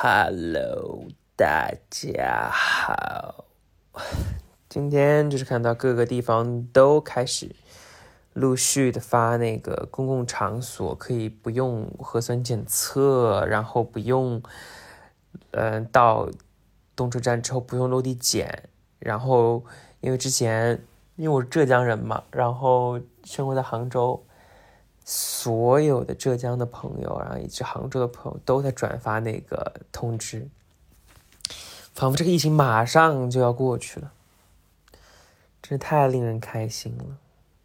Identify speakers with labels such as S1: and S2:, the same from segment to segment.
S1: Hello，大家好。今天就是看到各个地方都开始陆续的发那个公共场所可以不用核酸检测，然后不用到动车站之后不用落地检，然后因为我是浙江人嘛，然后生活在杭州，所有的浙江的朋友，然后以及杭州的朋友都在转发那个通知，仿佛这个疫情马上就要过去了，真是太令人开心了。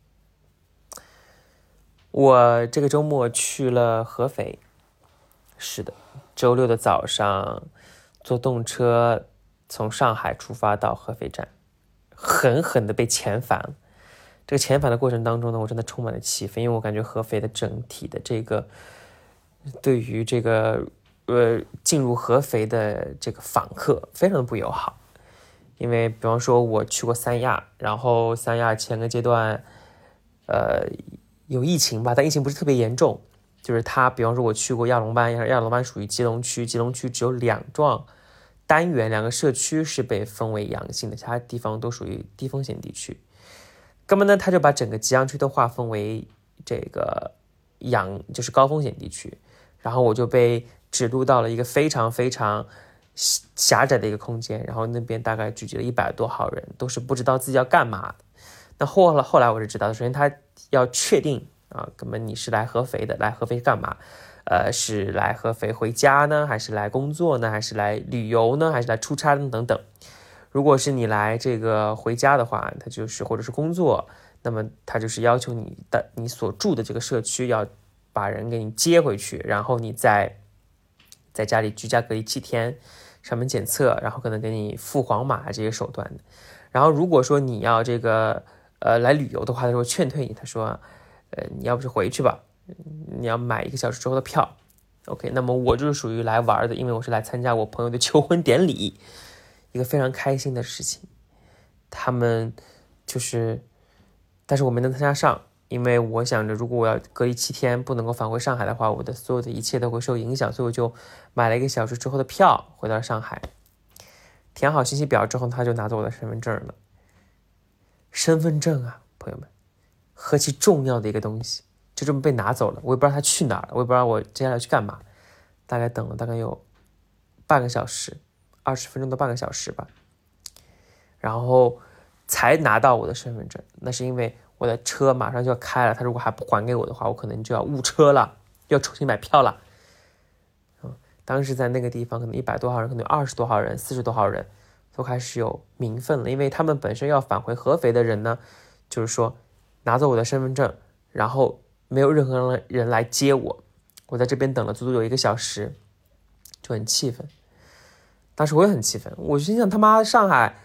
S1: 我这个周末去了合肥，是的，周六的早上坐动车从上海出发到合肥站，狠狠的被遣返了。这个遣返的过程当中呢，我真的充满了气愤，因为我感觉合肥的整体的这个对于这个进入合肥的这个访客非常的不友好。因为比方说我去过三亚，然后三亚前个阶段有疫情吧，但疫情不是特别严重，就是它比方说我去过亚龙湾，亚龙湾属于吉隆区，吉隆区只有2幢单元2个社区是被分为阳性的，其他地方都属于低风险地区。那么呢，他就把整个吉阳区都划分为这个就是高风险地区，然后我就被指路到了一个非常非常狭窄的一个空间，然后那边大概聚集了100多号人，都是不知道自己要干嘛的。那后来我是知道的，首先他要确定啊，根本你是来合肥的，来合肥干嘛？是来合肥回家呢，还是来工作呢，还是来旅游呢，还是来出差呢？等等。如果是你来这个回家的话，他就是或者是工作，那么他就是要求你所住的这个社区要把人给你接回去，然后你在家里居家隔离7天，上门检测，然后可能给你付黄码这些手段的。然后如果说你要这个来旅游的话，他说劝退你，他说你要不是回去吧，你要买1个小时之后的票。OK， 那么我就是属于来玩的，因为我是来参加我朋友的求婚典礼。一个非常开心的事情，他们但是我没能参加上，因为我想着如果我要隔离7天不能够返回上海的话，我的所有的一切都会受影响，所以我就买了1个小时之后的票回到上海，填好信息表之后，他就拿走我的身份证了。身份证啊，朋友们，何其重要的一个东西，就这么被拿走了，我也不知道他去哪儿了，我也不知道我接下来去干嘛，大概等了大概有半个小时。20分钟到半个小时吧，然后才拿到我的身份证。那是因为我的车马上就要开了，他如果还不还给我的话，我可能就要误车了，要重新买票了。当时在那个地方，可能100多号人，可能有20多号人、40多号人都开始有民愤了，因为他们本身要返回合肥的人呢，就是说拿走我的身份证，然后没有任何人来接我，我在这边等了足足有1个小时，就很气愤。当时我也很气愤，我心想他妈上海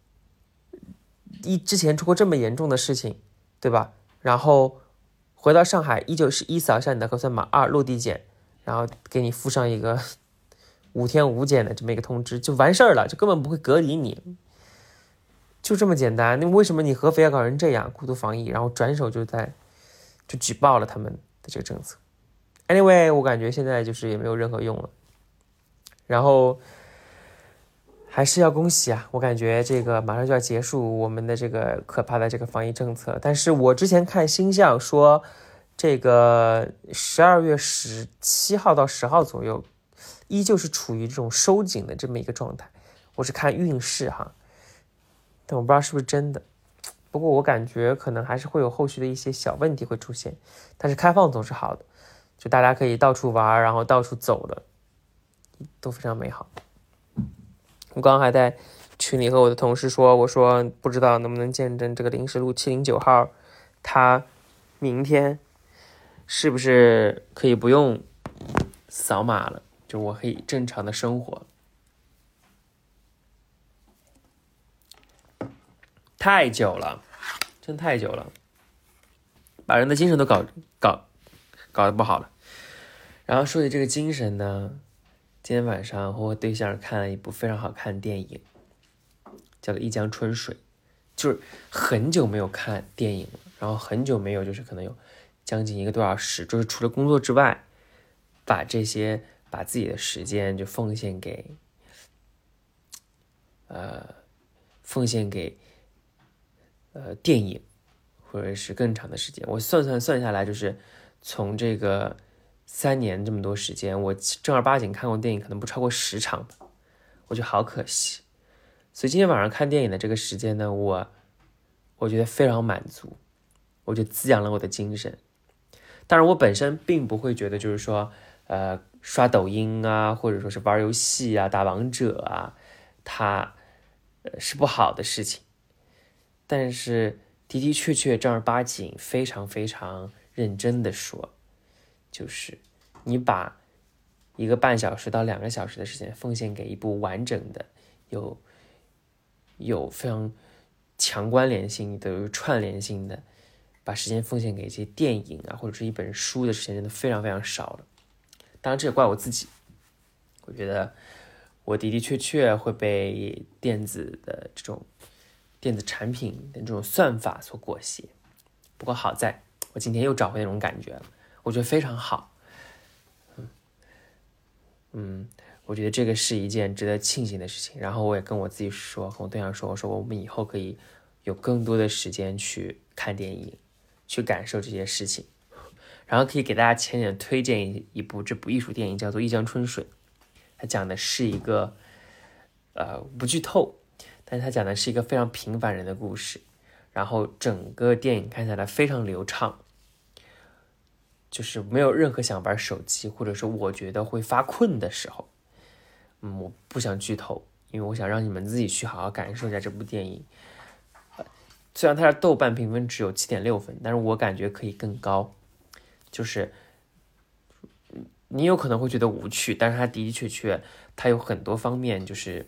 S1: 之前出过这么严重的事情，对吧？然后回到上海依旧是1扫一下你的核酸码，2落地检，然后给你附上一个5天5检的这么一个通知就完事儿了，就根本不会隔离你，就这么简单。那为什么你合肥要搞成这样，孤独防疫，然后转手就举报了他们的这个政策。Anyway， 我感觉现在就是也没有任何用了，然后还是要恭喜啊！我感觉这个马上就要结束我们的这个可怕的这个防疫政策，但是我之前看星象说，这个12月17号到10号左右，依旧是处于这种收紧的这么一个状态。我是看运势哈，但我不知道是不是真的。不过我感觉可能还是会有后续的一些小问题会出现，但是开放总是好的，就大家可以到处玩，然后到处走的，都非常美好。我刚刚还在群里和我的同事说，我说不知道能不能见证这个临时路709号，他明天是不是可以不用扫码了，就我可以正常的生活。太久了，真太久了，把人的精神都搞得不好了。然后说起这个精神呢，今天晚上和我对象看了一部非常好看的电影，叫做《一江春水》，就是很久没有看电影了，然后很久没有，就是可能有将近1个多小时，就是除了工作之外，把这些把自己的时间就奉献给电影，或者是更长的时间。我算下来，就是从这个3年这么多时间，我正儿八经看过电影可能不超过10场吧，我觉得好可惜。所以今天晚上看电影的这个时间呢，我觉得非常满足，我觉得滋养了我的精神。当然我本身并不会觉得就是说刷抖音啊，或者说是玩游戏啊，打王者啊，它是不好的事情，但是的的确确正儿八经非常非常认真的说，就是你把1个半小时到2个小时的时间奉献给一部完整的有非常强关联性的、有串联性的，把时间奉献给一些电影啊，或者是一本书的时间真的非常非常少了。当然这也怪我自己，我觉得我的的确确会被电子产品的这种算法所裹挟。不过好在我今天又找回那种感觉了，我觉得非常好。我觉得这个是一件值得庆幸的事情。然后我也跟我自己说，跟我对象说，我说我们以后可以有更多的时间去看电影，去感受这些事情。然后可以给大家浅浅推荐这部艺术电影，叫做《一江春水》。它讲的是一个不剧透，但是它讲的是一个非常平凡人的故事。然后整个电影看起来非常流畅，就是没有任何想玩手机或者说我觉得会发困的时候。我不想剧透，因为我想让你们自己去好好感受一下这部电影。虽然它的豆瓣评分只有7.6分，但是我感觉可以更高。就是你有可能会觉得无趣，但是它的的确确它有很多方面就是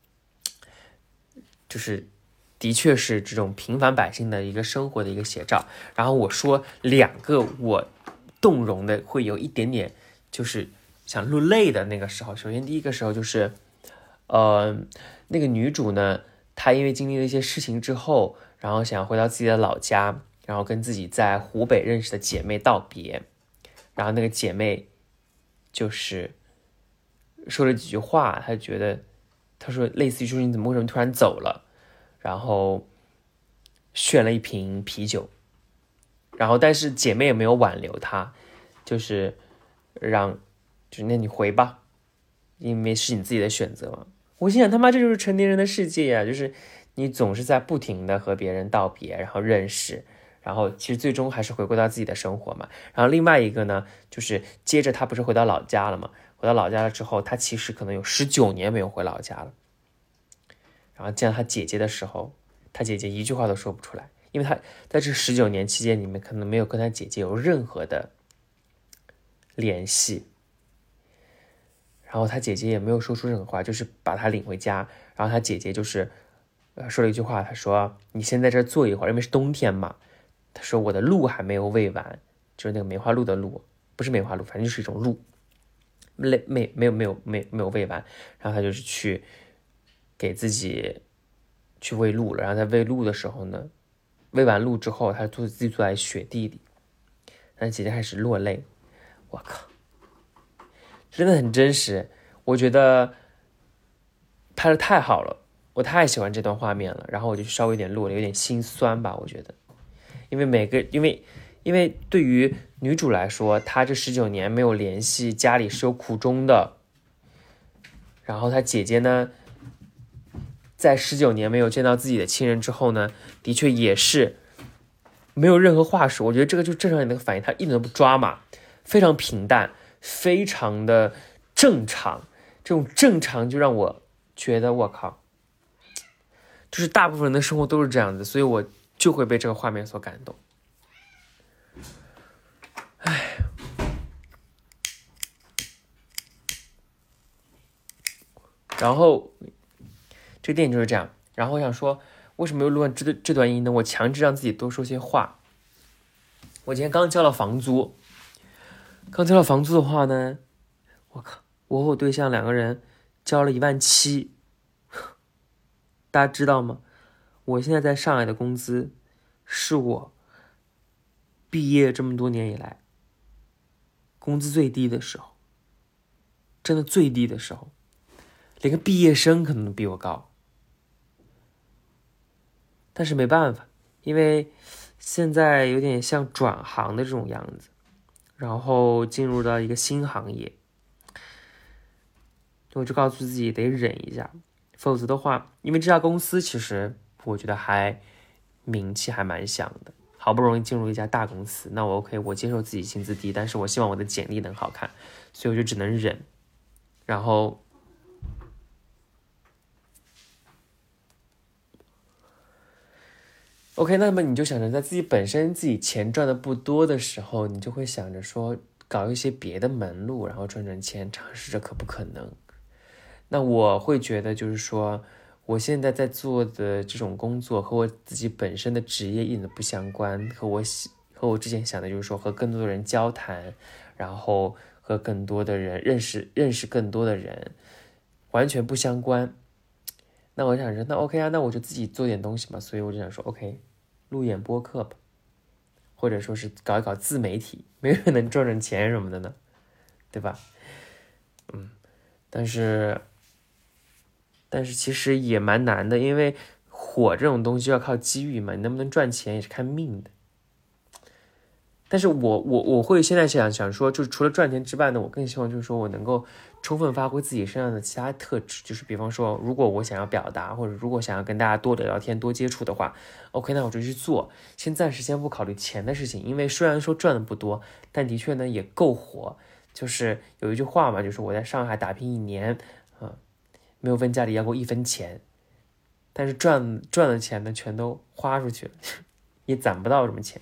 S1: 的确是这种平凡百姓的一个生活的一个写照。然后我说2个我动容的会有一点点就是想落泪的那个时候。首先第一个时候就是那个女主呢，她因为经历了一些事情之后，然后想回到自己的老家，然后跟自己在湖北认识的姐妹道别。然后那个姐妹就是说了几句话，她说类似于说你为什么突然走了，然后炫了一瓶啤酒。然后但是姐妹也没有挽留她，就是那你回吧，因为是你自己的选择嘛。我心想他妈这就是成年人的世界呀，就是你总是在不停的和别人道别，然后认识，然后其实最终还是回归到自己的生活嘛。然后另外一个呢，就是接着他不是回到老家了嘛，回到老家了之后，他其实可能有19年没有回老家了。然后见到他姐姐的时候，他姐姐一句话都说不出来，因为他在这19年期间里面可能没有跟他姐姐有任何的联系。然后他姐姐也没有说出任何话，就是把他领回家。然后他姐姐就是说了一句话，他说你先在这坐一会儿，因为是冬天嘛。他说我的路还没有喂完，就是那个梅花鹿的鹿，不是梅花鹿，反正就是一种鹿，没有喂完。然后他就是去给自己去喂鹿了。然后在喂鹿的时候呢，喂完鹿之后，他自己坐在雪地里，然后姐姐开始落泪。我靠，真的很真实，我觉得拍的太好了，我太喜欢这段画面了。然后我就稍微有点落了，有点心酸吧，我觉得，因为对于女主来说，她这19年没有联系，家里是有苦衷的。然后她姐姐呢，在19年没有见到自己的亲人之后呢，的确也是没有任何话说。我觉得这个就正常人的反应，她一点都不抓马，非常平淡，非常的正常。这种正常就让我觉得我靠，就是大部分人的生活都是这样子，所以我就会被这个画面所感动。然后这个电影就是这样。然后我想说，为什么又录完这段音呢？我强制让自己多说些话。我今天刚交了房租，的话呢，我靠，我和我对象2个人交了17000，大家知道吗？我现在在上海的工资是我毕业这么多年以来工资最低的时候， 真的最低的时候，连个毕业生可能都比我高。但是没办法，因为现在有点像转行的这种样子，然后进入到一个新行业，我就告诉自己得忍一下，否则的话，因为这家公司其实我觉得还名气还蛮响的，好不容易进入一家大公司，那我 OK， 我接受自己薪资低，但是我希望我的简历能好看，所以我就只能忍，然后OK， 那么你就想着在自己本身自己钱赚的不多的时候，你就会想着说搞一些别的门路，然后赚钱，尝试着可不可能。那我会觉得就是说，我现在在做的这种工作和我自己本身的职业一点都不相关，和我之前想的就是说和更多的人交谈，然后和更多的人认识更多的人，完全不相关。那我想说，那 OK 啊，那我就自己做点东西嘛，所以我就想说 OK， 录演播客吧，或者说是搞一搞自媒体，没人能赚钱什么的呢，对吧？但是其实也蛮难的，因为火这种东西要靠机遇嘛，你能不能赚钱也是看命的。但是我会现在想说，就是除了赚钱之外呢，我更希望就是说我能够充分发挥自己身上的其他特质，就是比方说，如果我想要表达，或者如果想要跟大家多聊聊天、多接触的话，OK，那我就去做，暂时先不考虑钱的事情，因为虽然说赚的不多，但的确呢也够活。就是有一句话嘛，就是我在上海打拼1年，没有问家里要过1分钱，但是赚的钱呢全都花出去了，也攒不到什么钱。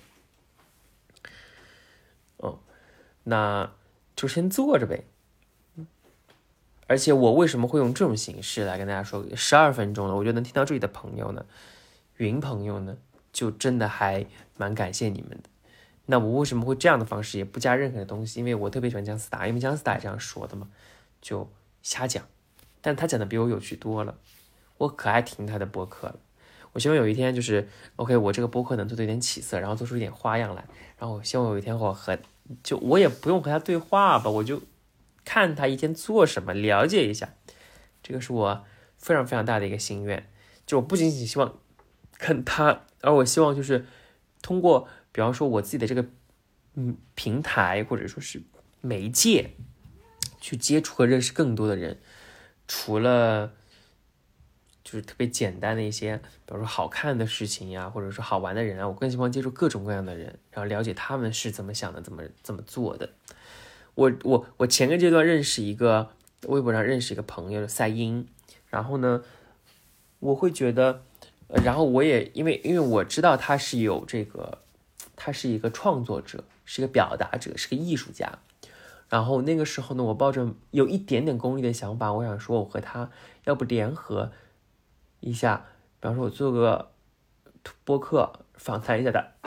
S1: 那就先做着呗。而且我为什么会用这种形式来跟大家说12分钟了，我觉得能听到这里的朋友呢，云朋友呢，就真的还蛮感谢你们的。那我为什么会这样的方式，也不加任何的东西？因为我特别喜欢姜思达，因为姜思达也这样说的嘛，就瞎讲。但他讲的比我有趣多了，我可爱听他的播客了。我希望有一天就是 OK， 我这个播客能做出一点起色，然后做出一点花样来。然后我希望有一天我也不用和他对话吧，我就看他一天做什么，了解一下。这个是我非常非常大的一个心愿。就我不仅仅希望看他，而我希望就是通过，比方说我自己的这个平台或者说是媒介，去接触和认识更多的人。除了就是特别简单的一些，比如说好看的事情呀，或者说好玩的人啊，我更希望接触各种各样的人，然后了解他们是怎么想的，怎么做的。我前个阶段微博上认识一个朋友赛英，然后呢，我会觉得，然后我也因为我知道他是他是一个创作者，是一个表达者，是个艺术家。然后那个时候呢，我抱着有一点点功利的想法，我想说我和他要不联合一下，比方说我做个播客访谈一下他，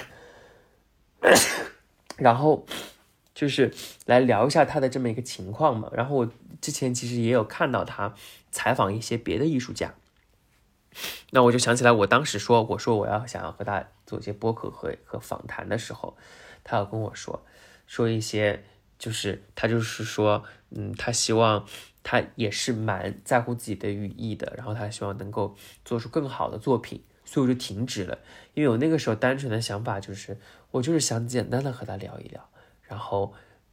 S1: 然后就是来聊一下他的这么一个情况嘛。然后我之前其实也有看到他采访一些别的艺术家，那我就想起来我当时我说我想要和他做一些播客和访谈的时候，他要跟我说一些，就是他就是说他希望他也是蛮在乎自己的语义的，然后他希望能够做出更好的作品，所以我就停止了。因为我那个时候单纯的想法就是我就是想简单的和他聊一聊，然后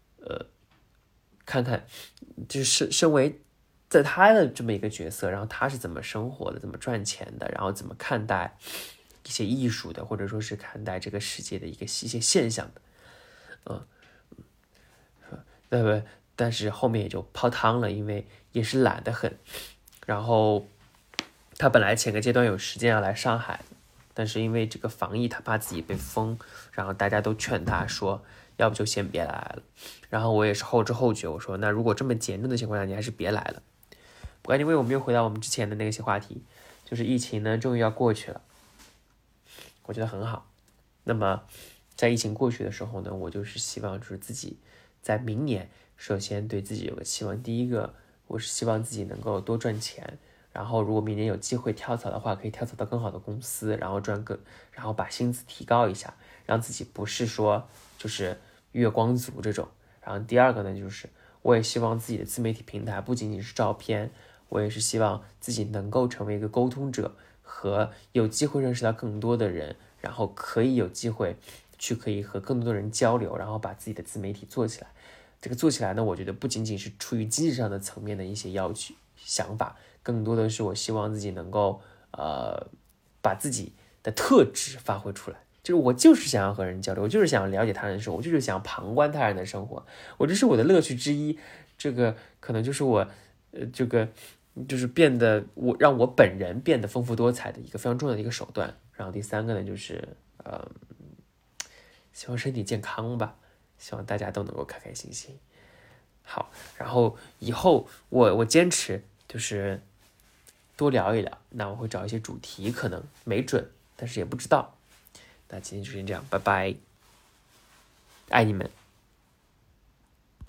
S1: 看看就是身为在他的这么一个角色，然后他是怎么生活的，怎么赚钱的，然后怎么看待一些艺术的，或者说是看待这个世界的一些现象的，对不对？但是后面也就泡汤了，因为也是懒得很。然后他本来前个阶段有时间要来上海，但是因为这个防疫，他怕自己被封，然后大家都劝他说，要不就先别来了。然后我也是后知后觉，我说那如果这么严重的情况下，你还是别来了。不过因为我们又回到我们之前的那些话题，就是疫情呢终于要过去了，我觉得很好。那么在疫情过去的时候呢，我就是希望就是自己在明年首先对自己有个期望。第一个，我是希望自己能够多赚钱，然后如果明年有机会跳槽的话，可以跳槽到更好的公司，然后把薪资提高一下，让自己不是说就是月光族这种。然后第二个呢，就是我也希望自己的自媒体平台不仅仅是照片，我也是希望自己能够成为一个沟通者，和有机会认识到更多的人，然后可以有机会可以和更多的人交流，然后把自己的自媒体做起来。这个做起来呢，我觉得不仅仅是出于经济上的层面的一些想法，更多的是我希望自己能够把自己的特质发挥出来。就是我就是想要和人交流，我就是想要了解他人的生活，我就是想旁观他人的生活，这是我的乐趣之一。这个可能就是我这个就是让我本人变得丰富多彩的一个非常重要的一个手段。然后第三个呢，就是希望身体健康吧，希望大家都能够开开心心。好，然后以后我坚持就是多聊一聊，那我会找一些主题，可能没准，但是也不知道。那今天就先这样，拜拜，爱你们。